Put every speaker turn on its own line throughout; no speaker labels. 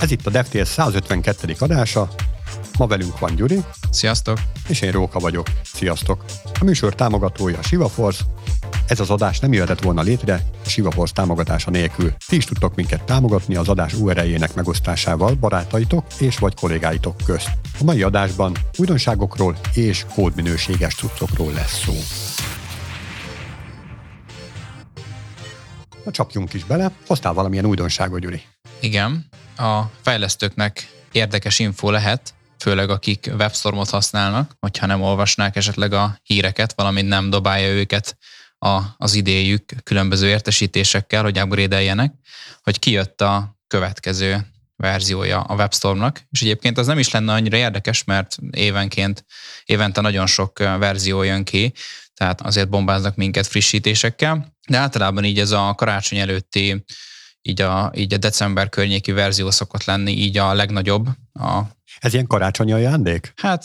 Ez itt a DevTales 152. adása. Ma velünk van Gyuri.
Sziasztok!
És én Róka vagyok. Sziasztok! A műsor támogatója a ShivaForce. Ez az adás nem jöhetett volna létre a ShivaForce támogatása nélkül. Ti is tudtok minket támogatni az adás URL-jének megosztásával barátaitok és vagy kollégáitok közt. A mai adásban újdonságokról és kódminőséges cuccokról lesz szó. Na csapjunk is bele. Hoztál valamilyen újdonságot, Gyuri?
Igen, a fejlesztőknek érdekes info lehet, főleg akik webstormot használnak, hogyha nem olvasnák esetleg a híreket, valamint nem dobálja őket az idejük különböző értesítésekkel, hogy upgrade-eljenek, hogy kijött a következő verziója a WebStormnak, és egyébként az nem is lenne annyira érdekes, mert évente nagyon sok verzió jön ki, tehát azért bombáznak minket frissítésekkel, de általában így ez a karácsony előtti, így a december környéki verzió szokott lenni, így a legnagyobb.
Ez ilyen karácsonyi ajándék?
Hát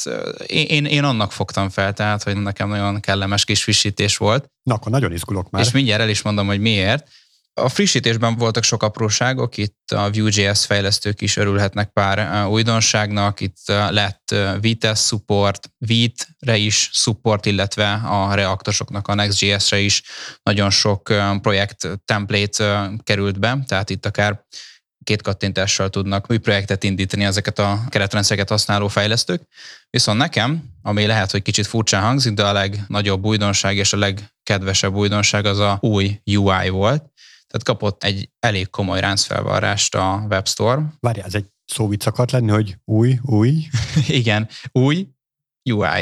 én annak fogtam fel, tehát, hogy nekem nagyon kellemes kis frissítés volt.
Na, akkor nagyon izgulok már.
És mindjárt el is mondom, hogy miért. A frissítésben voltak sok apróságok, itt a Vue.js fejlesztők is örülhetnek pár újdonságnak, itt lett Vitess support, Vite-re is support, illetve a Reactosoknak a Next.js-re is nagyon sok projekt template került be, tehát itt akár 2 kattintással tudnak új projektet indítani ezeket a keretrendszereket használó fejlesztők. Viszont nekem, ami lehet, hogy kicsit furcsán hangzik, de a legnagyobb újdonság és a legkedvesebb újdonság az a új UI volt. Tehát kapott egy elég komoly ráncfelvarrást a WebStorm.
Várjál, ez egy szóvic akart lenni, hogy új?
Igen, új UI.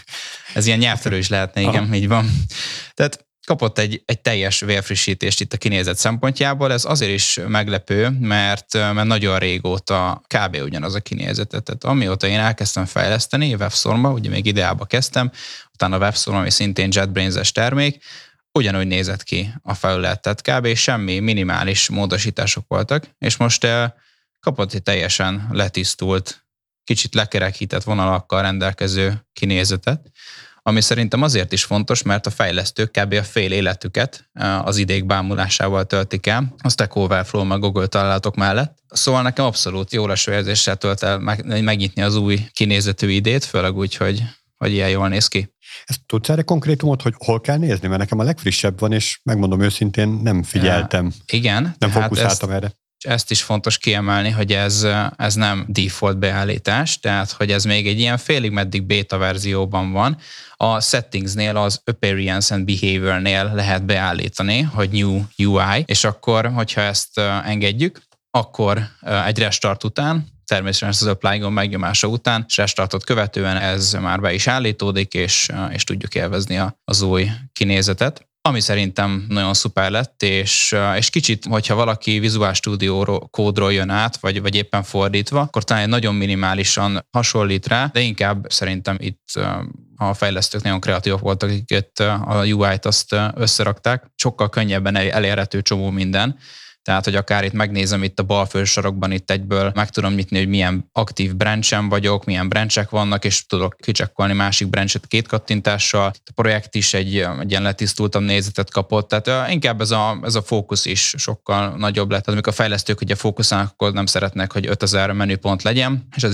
Ez ilyen nyelvtörő is lehetne, igen, így van. Tehát kapott egy teljes vérfrissítést itt a kinézet szempontjából. Ez azért is meglepő, mert nagyon régóta kb. Ugyanaz a kinézetet. Tehát amióta én elkezdtem fejleszteni WebStormba, ugye még ideába kezdtem, utána a WebStorm, ami szintén JetBrains-es termék, ugyanúgy nézett ki a felület, tehát kb. Semmi minimális módosítások voltak, és most kapott egy teljesen letisztult, kicsit lekerekített vonalakkal rendelkező kinézetet, ami szerintem azért is fontos, mert a fejlesztők kb. A fél életüket az idék bámulásával töltik el, a Stack Overflow meg Google találatok mellett. Szóval nekem abszolút jó leső érzéssel tölt el megnyitni az új kinézetű idét, főleg úgy, hogy ilyen jól néz ki.
Ezt tudsz erre konkrétumot, hogy hol kell nézni? Mert nekem a legfrissebb van, és megmondom őszintén, nem figyeltem.
Igen.
Nem fókuszáltam erre.
Ezt is fontos kiemelni, hogy ez nem default beállítás, tehát hogy ez még egy ilyen félig meddig beta verzióban van. A settingsnél, az appearance and behaviornél lehet beállítani, hogy new UI, és akkor, hogyha ezt engedjük, akkor egy restart után, természetesen az apply gomb megnyomása után, és restartot követően ez már be is állítódik, és tudjuk élvezni az új kinézetet. Ami szerintem nagyon szuper lett, és kicsit, hogyha valaki Visual Studio kódról jön át, vagy éppen fordítva, akkor talán nagyon minimálisan hasonlít rá, de inkább szerintem itt a fejlesztők nagyon kreatívak voltak, akik a UI-t azt összerakták. Sokkal könnyebben elérhető csomó minden. Tehát, hogy akár itt megnézem itt a bal felsarokban, itt egyből meg tudom nyitni, hogy milyen aktív branchen vagyok, milyen branchek vannak, és tudok kicsekkolni másik branchet 2 kattintással. A projekt is egy ilyen letisztultabb nézetet kapott, tehát inkább ez a fókusz is sokkal nagyobb lett. Tehát amikor a fejlesztők ugye fókuszálnak, akkor nem szeretnek, hogy 5000 menüpont legyen, és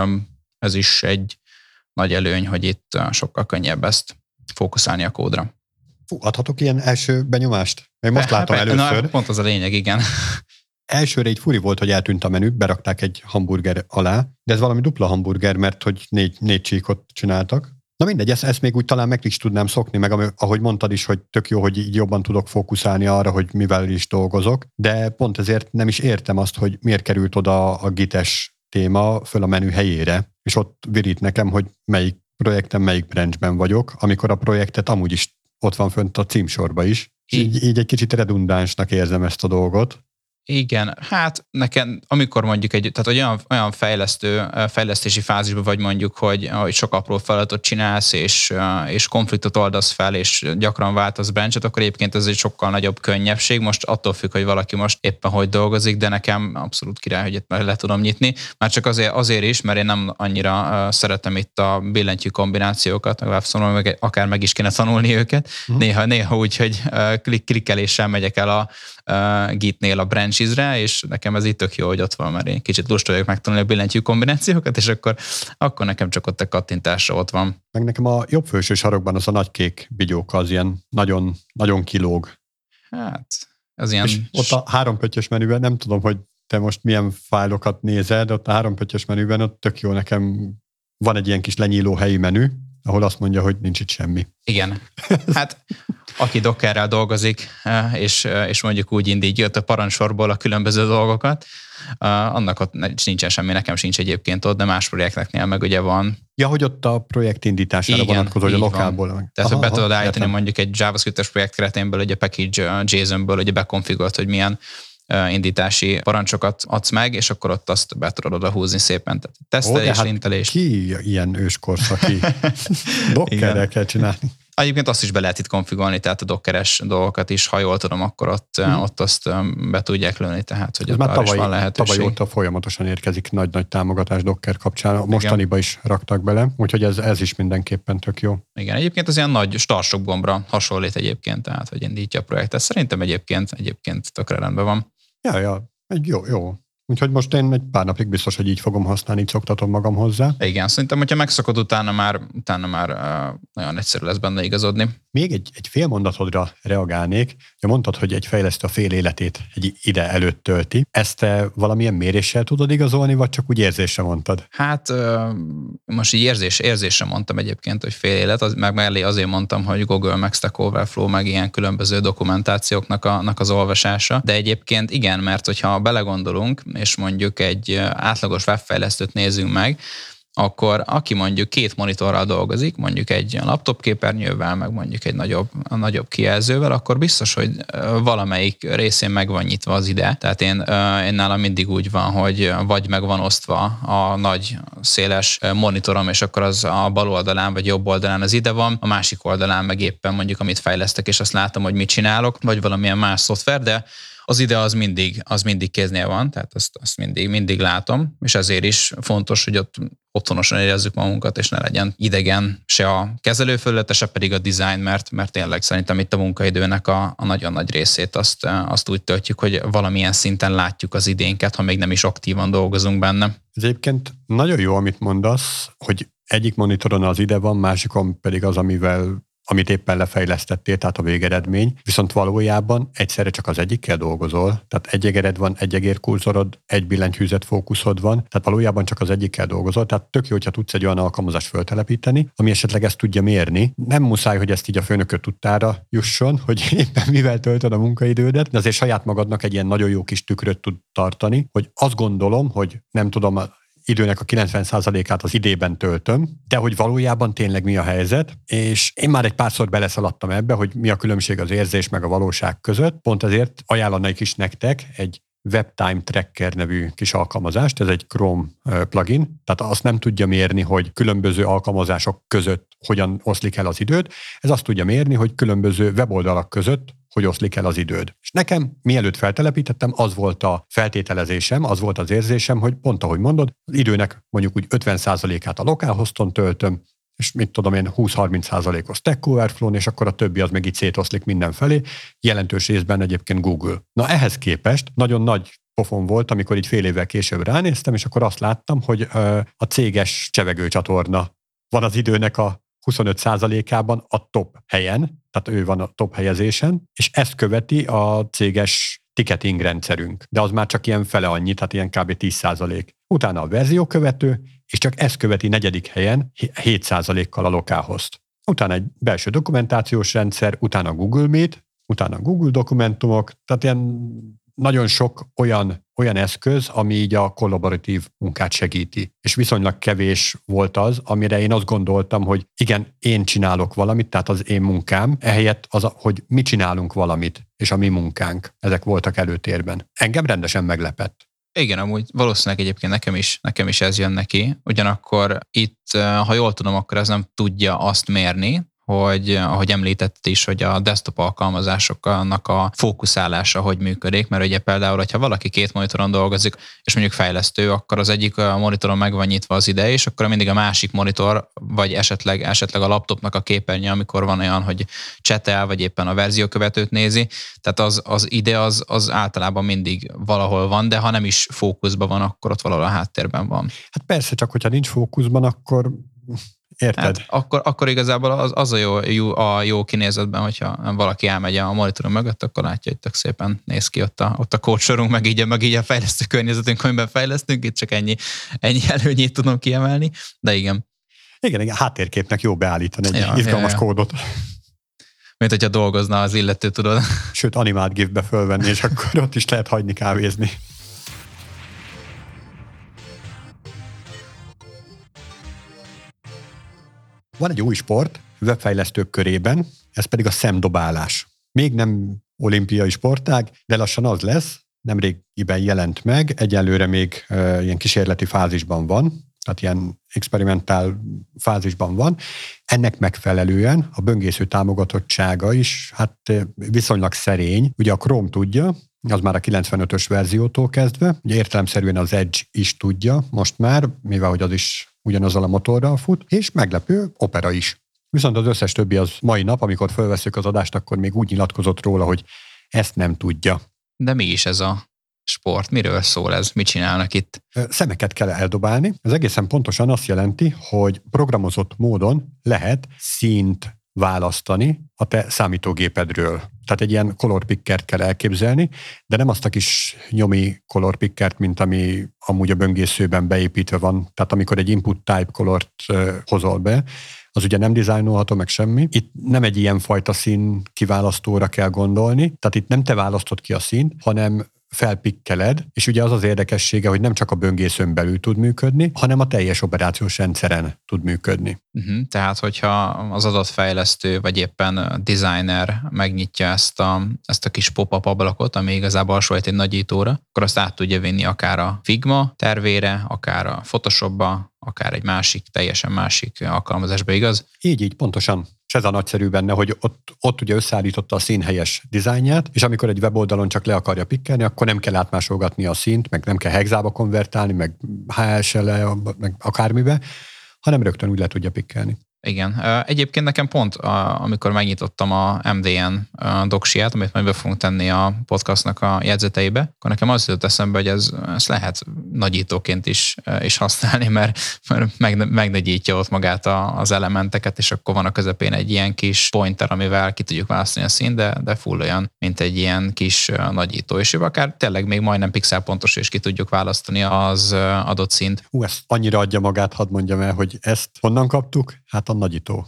ez is egy nagy előny, hogy itt sokkal könnyebb ezt fókuszálni a kódra.
Adhatok ilyen első benyomást? Még most látom először.
Pont az a lényeg, igen.
Elsőre így furi volt, hogy eltűnt a menü, berakták egy hamburger alá, de ez valami dupla hamburger, mert hogy négy csíkot csináltak. Na mindegy, ezt még úgy talán meg is tudnám szokni, meg ahogy mondtad is, hogy tök jó, hogy így jobban tudok fókuszálni arra, hogy mivel is dolgozok, de pont ezért nem is értem azt, hogy miért került oda a Git-es téma föl a menü helyére, és ott virít nekem, hogy melyik projekten, melyik branchben vagyok, amikor a projektet amúgy is ott van fönt a címsorba is. Így egy kicsit redundánsnak érzem ezt a dolgot.
Igen, hát nekem, amikor mondjuk tehát olyan fejlesztési fázisban vagy mondjuk, hogy sok apró feladatot csinálsz, és konfliktot oldasz fel, és gyakran váltasz branchet, akkor egyébként ez egy sokkal nagyobb könnyebbség. Most attól függ, hogy valaki most éppen hogy dolgozik, de nekem abszolút király, hogy itt le tudom nyitni. Már csak azért is, mert én nem annyira szeretem itt a billentyű kombinációkat, akár meg is kéne tanulni őket. Néha úgy, hogy klikkeléssel megyek el Gitnél a branches-re, és nekem ez így tök jó, hogy ott van, mert én kicsit lusta vagyok megtanulni a billentyű kombinációkat, és akkor nekem csak ott a kattintásra ott van.
Meg nekem a jobb felső sarokban az a nagy kék vigyóka az ilyen nagyon, nagyon kilóg.
Hát, az ilyen...
És ott a 3 pöttyös menüben, nem tudom, hogy te most milyen fájlokat nézed, de ott a 3 pöttyös menüben ott tök jó, nekem van egy ilyen kis lenyíló helyi menü, ahol azt mondja, hogy nincs itt semmi.
Igen. Hát aki Dockerrel dolgozik, és mondjuk úgy indítja a parancsorból a különböző dolgokat, annak ott nincsen semmi, nekem sincs egyébként ott, de más projekteknél meg ugye van.
Ja, hogy ott a projekt indítására vonatkozó, hogy a lokálból.
Tehát, hogy be tudod állítani mondjuk egy JavaScript-es projekt keretéből, egy a package JSON-ből, ugye bekonfigurolt, hogy milyen indítási parancsokat adsz meg, és akkor ott azt be tudod oda húzni szépen. Tehát tesztelés, lintelés.
Ki ilyen őskorszaki? Dockerrel kell csinálni.
Egyébként azt is be lehet itt konfigurálni, tehát a dockeres dolgokat is, ha jól tudom, akkor ott azt be tudják lőni, tehát hogy
már
is van lehetőség.
Tavaly óta folyamatosan érkezik nagy-nagy támogatás Docker kapcsán. Mostaniba is raktak bele, úgyhogy ez is mindenképpen tök jó.
Igen, egyébként az ilyen nagy starsok gombra hasonlít egyébként, tehát hogy indítja a projektet. Szerintem egyébként tökre rendben van.
Ja, egy jó. Úgyhogy most én egy pár napig biztos, hogy így fogom használni, így szoktatom magam hozzá.
Igen, szerintem, hogyha megszokod, utána már nagyon egyszerű lesz benne igazodni.
Még egy fél mondatodra reagálnék. Mondtad, hogy egy fejlesztő a fél életét egy ide előtt tölti. Ezt te valamilyen méréssel tudod igazolni, vagy csak úgy érzésre mondtad?
Hát most így érzésre mondtam egyébként, hogy fél élet, meg mellé azért mondtam, hogy Google, meg Stack Overflow, meg ilyen különböző dokumentációknak az olvasása. De egyébként igen, mert hogyha belegondolunk, és mondjuk egy átlagos webfejlesztőt nézzünk meg, akkor aki mondjuk 2 monitorral dolgozik, mondjuk egy laptop képernyővel, meg mondjuk egy nagyobb kijelzővel, akkor biztos, hogy valamelyik részén meg van nyitva az ide. Tehát én nálam mindig úgy van, hogy vagy meg van osztva a nagy széles monitorom, és akkor az a bal oldalán vagy jobb oldalán az ide van, a másik oldalán meg éppen mondjuk amit fejlesztek, és azt látom, hogy mit csinálok, vagy valamilyen más szoftver, de az ide az mindig kéznél van, tehát azt mindig látom, és ezért is fontos, hogy ott otthonosan érezzük magunkat, és ne legyen idegen se a kezelőfelülete, se pedig a design, mert tényleg szerintem itt a munkaidőnek a nagyon nagy részét azt úgy töltjük, hogy valamilyen szinten látjuk az idénket, ha még nem is aktívan dolgozunk benne.
Ez egyébként nagyon jó, amit mondasz, hogy egyik monitoron az ide van, másikon pedig az, amit éppen lefejlesztettél, tehát a végeredmény, viszont valójában egyszerre csak az egyikkel dolgozol, tehát egy egered van, egy egérkurzorod, egy billentyűzet fókuszod van, tehát valójában csak az egyikkel dolgozol, tehát tök jó, hogyha tudsz egy olyan alkalmazást föltelepíteni, ami esetleg ezt tudja mérni. Nem muszáj, hogy ezt így a főnököd tudtára jusson, hogy éppen mivel töltöd a munkaidődet, de azért saját magadnak egy ilyen nagyon jó kis tükröt tud tartani, hogy azt gondolom, hogy nem tudom, időnek a 90%-át az idében töltöm, de hogy valójában tényleg mi a helyzet, és én már egy párszor beleszaladtam ebbe, hogy mi a különbség az érzés meg a valóság között, pont ezért ajánlanék is nektek egy WebTime Tracker nevű kis alkalmazást, ez egy Chrome plugin, tehát azt nem tudja mérni, hogy különböző alkalmazások között hogyan oszlik el az időd, ez azt tudja mérni, hogy különböző weboldalak között hogy oszlik el az időd. És nekem, mielőtt feltelepítettem, az volt a feltételezésem, az volt az érzésem, hogy pont ahogy mondod, az időnek mondjuk úgy 50%-át a localhoston töltöm, és mit tudom én, 20-30%-os Stack Overflow-n, és akkor a többi az meg így szétoszlik mindenfelé, jelentős részben egyébként Google. Na ehhez képest nagyon nagy pofon volt, amikor így fél évvel később ránéztem, és akkor azt láttam, hogy a céges csevegőcsatorna van az időnek a 25%-ában a top helyen, tehát ő van a top helyezésen, és ezt követi a céges ticketing rendszerünk. De az már csak ilyen fele annyi, tehát ilyen kb. 10%. Utána a verzió követő, és csak ezt követi 4. helyen 7%-kal a localhost. Utána egy belső dokumentációs rendszer, utána a Google Meet, utána a Google dokumentumok, tehát ilyen nagyon sok olyan eszköz, ami így a kollaboratív munkát segíti. És viszonylag kevés volt az, amire én azt gondoltam, hogy igen, én csinálok valamit, tehát az én munkám, ehelyett az, hogy mi csinálunk valamit, és a mi munkánk. Ezek voltak előtérben. Engem rendesen meglepett.
Igen, amúgy valószínűleg egyébként nekem is ez jön neki. Ugyanakkor itt, ha jól tudom, akkor ez nem tudja azt mérni, hogy ahogy említett is, hogy a desktop alkalmazásoknak a fókuszálása hogy működik, mert ugye például, hogyha valaki 2 monitoron dolgozik, és mondjuk fejlesztő, akkor az egyik a monitoron meg van nyitva az ide, és akkor mindig a másik monitor, vagy esetleg a laptopnak a képernyő, amikor van olyan, hogy csetel, vagy éppen a verziókövetőt nézi, tehát az ide az általában mindig valahol van, de ha nem is fókuszban van, akkor ott valahol a háttérben van.
Hát persze, csak hogyha nincs fókuszban, akkor érted?
Hát akkor igazából az a jó kinézetben, hogyha valaki elmegy a monitoron mögött, akkor látja, hogy tök szépen néz ki ott a kódsorunk, meg így a fejlesztő környezetünk, amiben fejlesztünk, itt csak ennyi előnyét tudom kiemelni, de igen.
Igen, háttérképnek jó beállítani egy izgalmas kódot.
Mint hogyha dolgozna az illető, tudod.
Sőt, animált gifbe fölvenni, és akkor ott is lehet hagyni kávézni. Van egy új sport webfejlesztők körében, ez pedig a szemdobálás. Még nem olimpiai sportág, de lassan az lesz, nemrégiben jelent meg, egyelőre még ilyen kísérleti fázisban van, tehát ilyen experimentál fázisban van. Ennek megfelelően a böngésző támogatottsága is viszonylag szerény. Ugye a Chrome tudja, az már a 95-ös verziótól kezdve, ugye értelemszerűen az Edge is tudja most már, mivel hogy az is ugyanazzal a motorral fut, és meglepő, Opera is. Viszont az összes többi az mai nap, amikor felveszük az adást, akkor még úgy nyilatkozott róla, hogy ezt nem tudja.
De mi is ez a sport? Miről szól ez? Mit csinálnak itt?
Szemeket kell eldobálni. Ez egészen pontosan azt jelenti, hogy programozott módon lehet színt választani a te számítógépedről. Tehát egy ilyen color pickert kell elképzelni, de nem azt a kis nyomi color pickert, mint ami amúgy a böngészőben beépítve van. Tehát amikor egy input type colort hozol be, az ugye nem dizájnolható meg semmi. Itt nem egy ilyen fajta szín kiválasztóra kell gondolni, tehát itt nem te választod ki a színt, hanem felpikkeled, és ugye az az érdekessége, hogy nem csak a böngészőn belül tud működni, hanem a teljes operációs rendszeren tud működni.
Tehát, hogyha az adott fejlesztő, vagy éppen designer megnyitja ezt a kis pop-up ablakot, ami igazából hasonlít egy nagyítóra, akkor azt át tudja vinni akár a Figma tervére, akár a Photoshopba, akár egy teljesen másik alkalmazásba, igaz?
Így, pontosan. És ez a nagyszerű benne, hogy ott ugye összeállította a színhelyes dizájnját, és amikor egy weboldalon csak le akarja pikkelni, akkor nem kell átmásolgatni a színt, meg nem kell hexába konvertálni, meg HSL-e, meg akármibe, hanem rögtön úgy le tudja pikkelni.
Igen. Egyébként nekem pont, amikor megnyitottam a MDN doksiát, amit majd be fogunk tenni a podcastnak a jegyzeteibe, akkor nekem az jutott eszembe, hogy ezt lehet nagyítóként is használni, mert megnagyítja ott magát az elementeket, és akkor van a közepén egy ilyen kis pointer, amivel ki tudjuk választani a színt, de full olyan, mint egy ilyen kis nagyító. És akár tényleg még majdnem pixelpontos, és ki tudjuk választani az adott színt.
Ezt annyira adja magát, hadd mondjam el, hogy ezt honnan kaptuk? Hát a nagyító.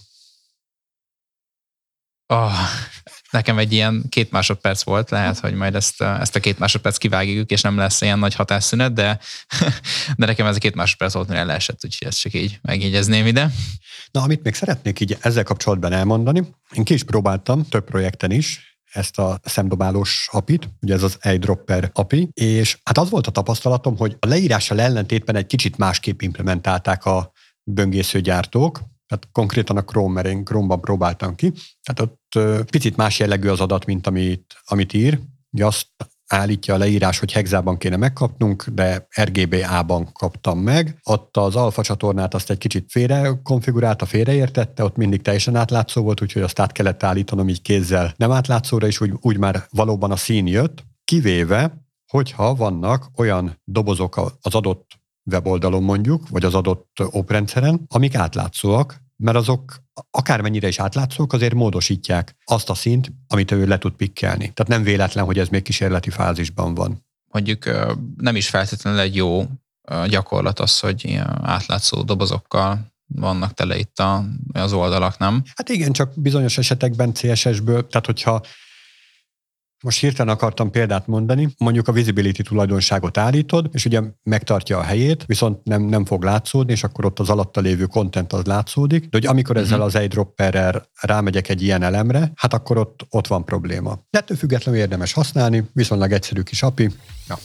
Nekem egy ilyen 2 másodperc volt, lehet, hogy majd ezt a 2 másodperc kivágjuk, és nem lesz ilyen nagy hatásszünet, de nekem ez a 2 másodperc volt, mire leesett, úgyhogy ezt csak így megjegyezném ide.
Na, amit még szeretnék így ezzel kapcsolatban elmondani, én ki is próbáltam több projekten is ezt a szemdobálós API-t, ugye ez az eyedropper API, és hát az volt a tapasztalatom, hogy a leírással ellentétben egy kicsit másképp implementálták a böngészőgyártók, tehát konkrétan a Chrome, mert én Chrome-ban próbáltam ki. Tehát ott picit más jellegű az adat, mint amit ír. Ugye azt állítja a leírás, hogy hexában kéne megkapnunk, de RGBA-ban kaptam meg. Ott az alfa csatornát azt egy kicsit félrekonfigurálta, félreértette, ott mindig teljesen átlátszó volt, úgyhogy azt át kellett állítanom így kézzel nem átlátszóra, és úgy már valóban a szín jött, kivéve, hogyha vannak olyan dobozok az adott weboldalon mondjuk, vagy az adott oprendszeren, amik átlátszóak, mert azok akármennyire is átlátszók, azért módosítják azt a színt, amit ő le tud pikkelni. Tehát nem véletlen, hogy ez még kísérleti fázisban van.
Mondjuk nem is feltétlenül egy jó gyakorlat az, hogy átlátszó dobozokkal vannak tele itt az oldalak, nem?
Hát igen, csak bizonyos esetekben CSS-ből, tehát hogyha most hirtelen akartam példát mondani, mondjuk a visibility tulajdonságot állítod, és ugye megtartja a helyét, viszont nem fog látszódni, és akkor ott az alatta lévő content az látszódik, de hogy amikor ezzel az eyedropperrel rámegyek egy ilyen elemre, hát akkor ott van probléma. De ettől függetlenül érdemes használni, viszonylag egyszerű kis API. Ja.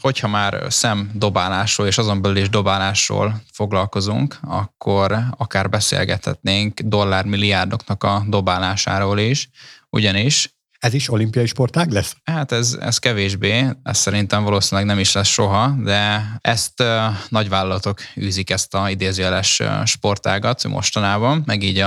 hogyha már szemdobálásról és azon belül is dobálásról foglalkozunk, akkor akár beszélgethetnénk dollármilliárdoknak a dobálásáról is, ugyanis
ez is olimpiai sportág lesz?
Hát ez kevésbé, ez szerintem valószínűleg nem is lesz soha, de ezt nagyvállalatok űzik, ezt a idézőjeles sportágat mostanában, meg így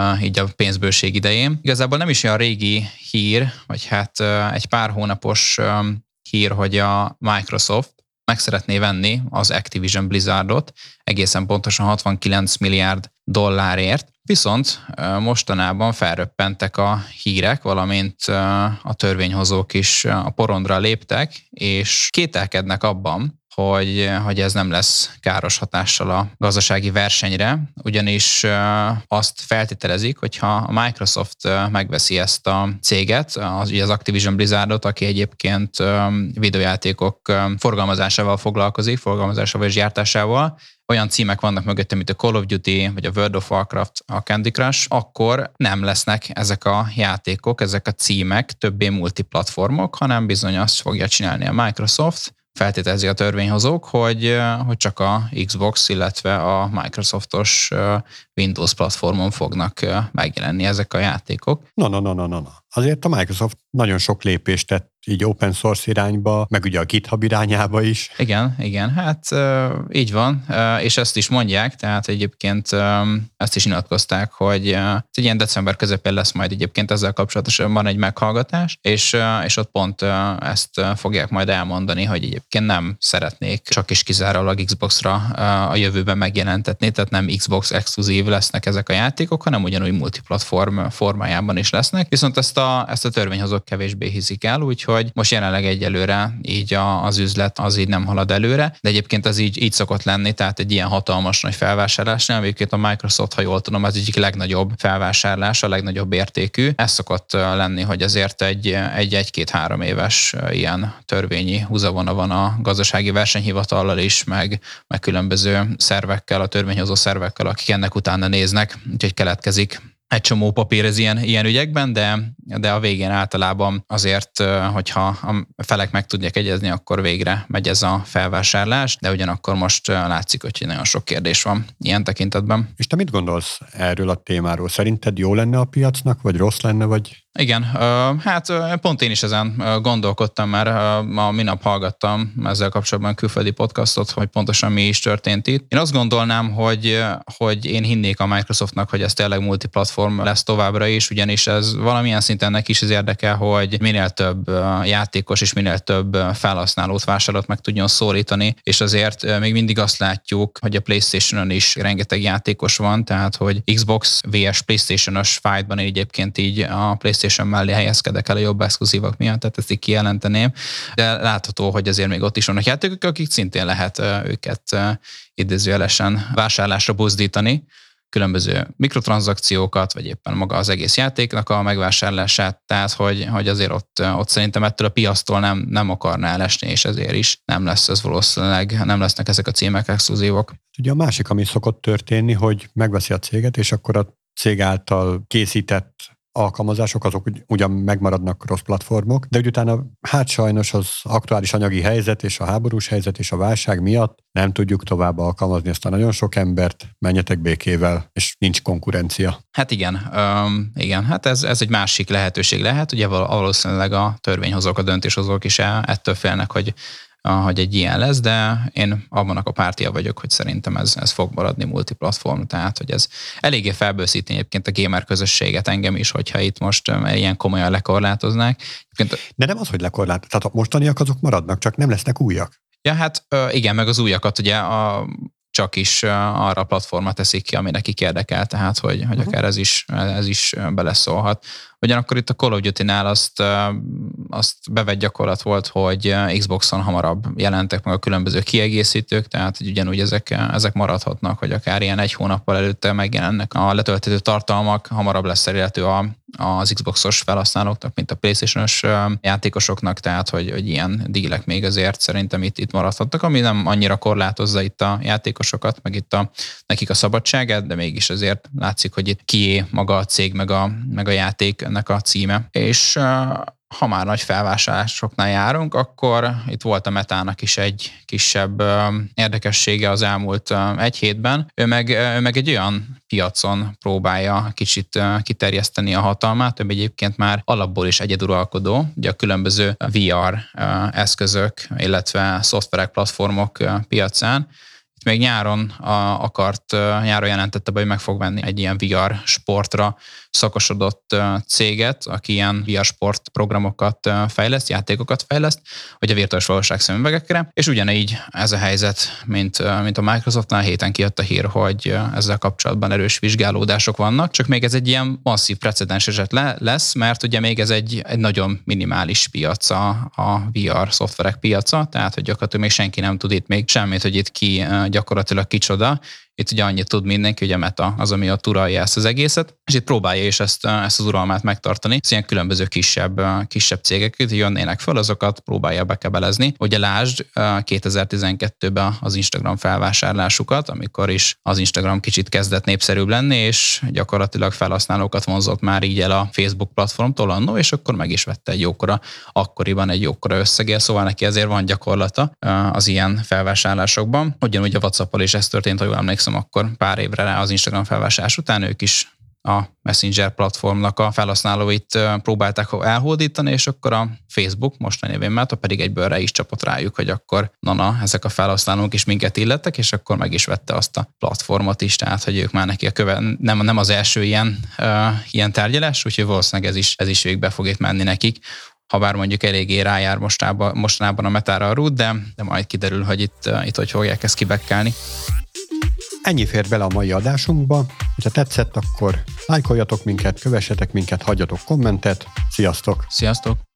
a pénzbőség idején. Igazából nem is olyan régi hír, vagy hát egy pár hónapos hír, hogy a Microsoft meg szeretné venni az Activision Blizzardot egészen pontosan 69 milliárd dollárért, viszont mostanában felröppentek a hírek, valamint a törvényhozók is a porondra léptek, és kételkednek abban, hogy ez nem lesz káros hatással a gazdasági versenyre, ugyanis azt feltételezik, hogyha a Microsoft megveszi ezt a céget, az Activision Blizzardot, aki egyébként videójátékok forgalmazásával foglalkozik, forgalmazásával és gyártásával, olyan címek vannak mögötte, mint a Call of Duty, vagy a World of Warcraft, a Candy Crush, akkor nem lesznek ezek a játékok, ezek a címek többé multiplatformok, hanem bizony azt fogja csinálni a Microsoft, feltételezi a törvényhozók, hogy csak a Xbox, illetve a Microsoftos Windows platformon fognak megjelenni ezek a játékok.
No. Azért a Microsoft nagyon sok lépést tett így open source irányba, meg ugye a GitHub irányába is.
Igen, hát így van, és ezt is mondják, tehát egyébként ezt is nyilatkozták, hogy egy ilyen december közepén lesz majd egyébként ezzel kapcsolatosan van egy meghallgatás, és ott pont ezt fogják majd elmondani, hogy egyébként nem szeretnék csak és kizárólag Xbox-ra a jövőben megjelentetni, tehát nem Xbox exkluzív lesznek ezek a játékok, hanem ugyanúgy multiplatform formájában is lesznek, viszont ezt a törvényhozók kevésbé hiszik el, úgyhogy most jelenleg egyelőre így az üzlet az így nem halad előre, de egyébként ez így szokott lenni, tehát egy ilyen hatalmas nagy felvásárlásnál, egyébként a Microsoft, ha jól tudom, az egyik legnagyobb felvásárlás, a legnagyobb értékű. Ez szokott lenni, hogy azért egy-két-három éves ilyen törvényi húzavona van a gazdasági versenyhivatallal is, meg különböző szervekkel, a törvényhozó szervekkel, akik ennek utána néznek, úgyhogy keletkezik egy csomó papír az ilyen ügyekben, de a végén általában azért, hogyha a felek meg tudják egyezni, akkor végre megy ez a felvásárlás, de ugyanakkor most látszik, hogy nagyon sok kérdés van ilyen tekintetben. És
te mit gondolsz erről a témáról? Szerinted jó lenne a piacnak, vagy rossz lenne, vagy...
Igen, hát pont én is ezen gondolkodtam, mert ma minap hallgattam ezzel kapcsolatban külföldi podcastot, hogy pontosan mi is történt itt. Én azt gondolnám, hogy én hinnék a Microsoftnak, hogy ez tényleg multiplatform lesz továbbra is, ugyanis ez valamilyen szinten neki is az érdeke, hogy minél több játékos és minél több felhasználót, vásárlót meg tudjon szólítani, és azért még mindig azt látjuk, hogy a PlayStation-on is rengeteg játékos van, tehát hogy Xbox vs PlayStation-os fightban egyébként így a PlayStation mellé helyezkedek el a jobb exkluzívak miatt, tehát ezt így kijelenteném, de látható, hogy azért még ott is vannak játékok, akik szintén lehet őket idézőjelesen vásárlásra buzdítani, különböző mikrotranszakciókat, vagy éppen maga az egész játéknak a megvásárlását, tehát hogy azért ott szerintem ettől a piasztól nem akarná elesni, és ezért is nem lesz ez valószínűleg, nem lesznek ezek a címek exkluzívok.
Ugye a másik, ami szokott történni, hogy megveszi a céget, és akkor a cég által készített alkalmazások, azok ugyan megmaradnak rossz platformok, de úgy utána hát sajnos az aktuális anyagi helyzet és a háborús helyzet és a válság miatt nem tudjuk tovább alkalmazni ezt a nagyon sok embert, menjetek békével, és nincs konkurencia.
Hát igen, hát ez egy másik lehetőség lehet, ugye valószínűleg a törvényhozók, a döntéshozók is ettől félnek, hogy egy ilyen lesz, de én abban a pártia vagyok, hogy szerintem ez fog maradni multiplatform, tehát hogy ez eléggé felbőszíteni egyébként a gamer közösséget, engem is, hogyha itt most ilyen komolyan lekorlátoznák.
De nem az, hogy lekorlát, tehát a mostaniak azok maradnak, csak nem lesznek újak.
Ja, hát igen, meg az újakat ugye csak is arra a platformra teszik ki, ami nekik érdekel, tehát hogy akár ez is beleszólhat. Ugyanakkor itt a Call of Duty-nál azt bevett gyakorlat volt, hogy Xboxon hamarabb jelentek meg a különböző kiegészítők, tehát hogy ugyanúgy ezek maradhatnak, hogy akár ilyen egy hónappal előtte megjelennek a letölthető tartalmak, hamarabb lesz elérhető az Xboxos felhasználóknak, mint a PlayStation-os játékosoknak, tehát hogy ilyen dílek még azért szerintem itt maradhatnak, ami nem annyira korlátozza itt a játékosokat, meg itt nekik a szabadságát, de mégis azért látszik, hogy itt kié maga a cég, meg a játék ennek a címe. És ha már nagy felvásárlásoknál járunk, akkor itt volt a Metának is egy kisebb érdekessége az elmúlt egy hétben. Ő meg egy olyan piacon próbálja kicsit kiterjeszteni a hatalmát, ő egyébként már alapból is egyeduralkodó, ugye a különböző VR eszközök, illetve szoftverek, platformok piacán. Itt még nyáron jelentette be, hogy meg fog venni egy ilyen VR sportra szakosodott céget, aki ilyen VR sport programokat fejleszt, játékokat fejleszt, vagy a virtuális valóság szemüvegekre, és ugyanígy ez a helyzet, mint a Microsoftnál héten kijött a hír, hogy ezzel kapcsolatban erős vizsgálódások vannak, csak még ez egy ilyen masszív precedens eset lesz, mert ugye még ez egy nagyon minimális piac a VR szoftverek piaca, tehát hogy gyakorlatilag még senki nem tud itt még semmit, hogy itt ki gyakorlatilag kicsoda. Itt ugye annyit tud mindenki, hogy a Meta az, ami ott uralja ezt az egészet, és itt próbálja is ezt az uralmát megtartani. Szóval ilyen különböző kisebb cégek jönnének föl, azokat próbálja bekebelezni. Ugye lásd 2012-ben az Instagram felvásárlásukat, amikor is az Instagram kicsit kezdett népszerűbb lenni, és gyakorlatilag felhasználókat vonzott már így el a Facebook platformtól annó, és akkor meg is vette akkoriban egy jókora összeggel, szóval neki ezért van gyakorlata az ilyen felvásárlásokban. Ugyanúgy a WhatsApp-al is ez történt, ha jól emlékszem, akkor pár évre rá az Instagram felvásárlás után ők is a Messenger platformnak a felhasználóit próbálták elhódítani, és akkor a Facebook, mostani névén Meta pedig egyből rá is csapott rájuk, hogy akkor ezek a felhasználók is minket illettek, és akkor meg is vette azt a platformot is, tehát hogy ők már neki nem az első ilyen tárgyalás, úgyhogy valószínűleg ez is végbe fog itt menni nekik. Habár mondjuk eléggé rájár mostanában a Metára a rút, de majd kiderül, hogy itt hogy fogják ezt kibekkelni.
Ennyi fér bele a mai adásunkba. Ha tetszett, akkor lájkoljatok minket, kövessetek minket, hagyjatok kommentet. Sziasztok!
Sziasztok!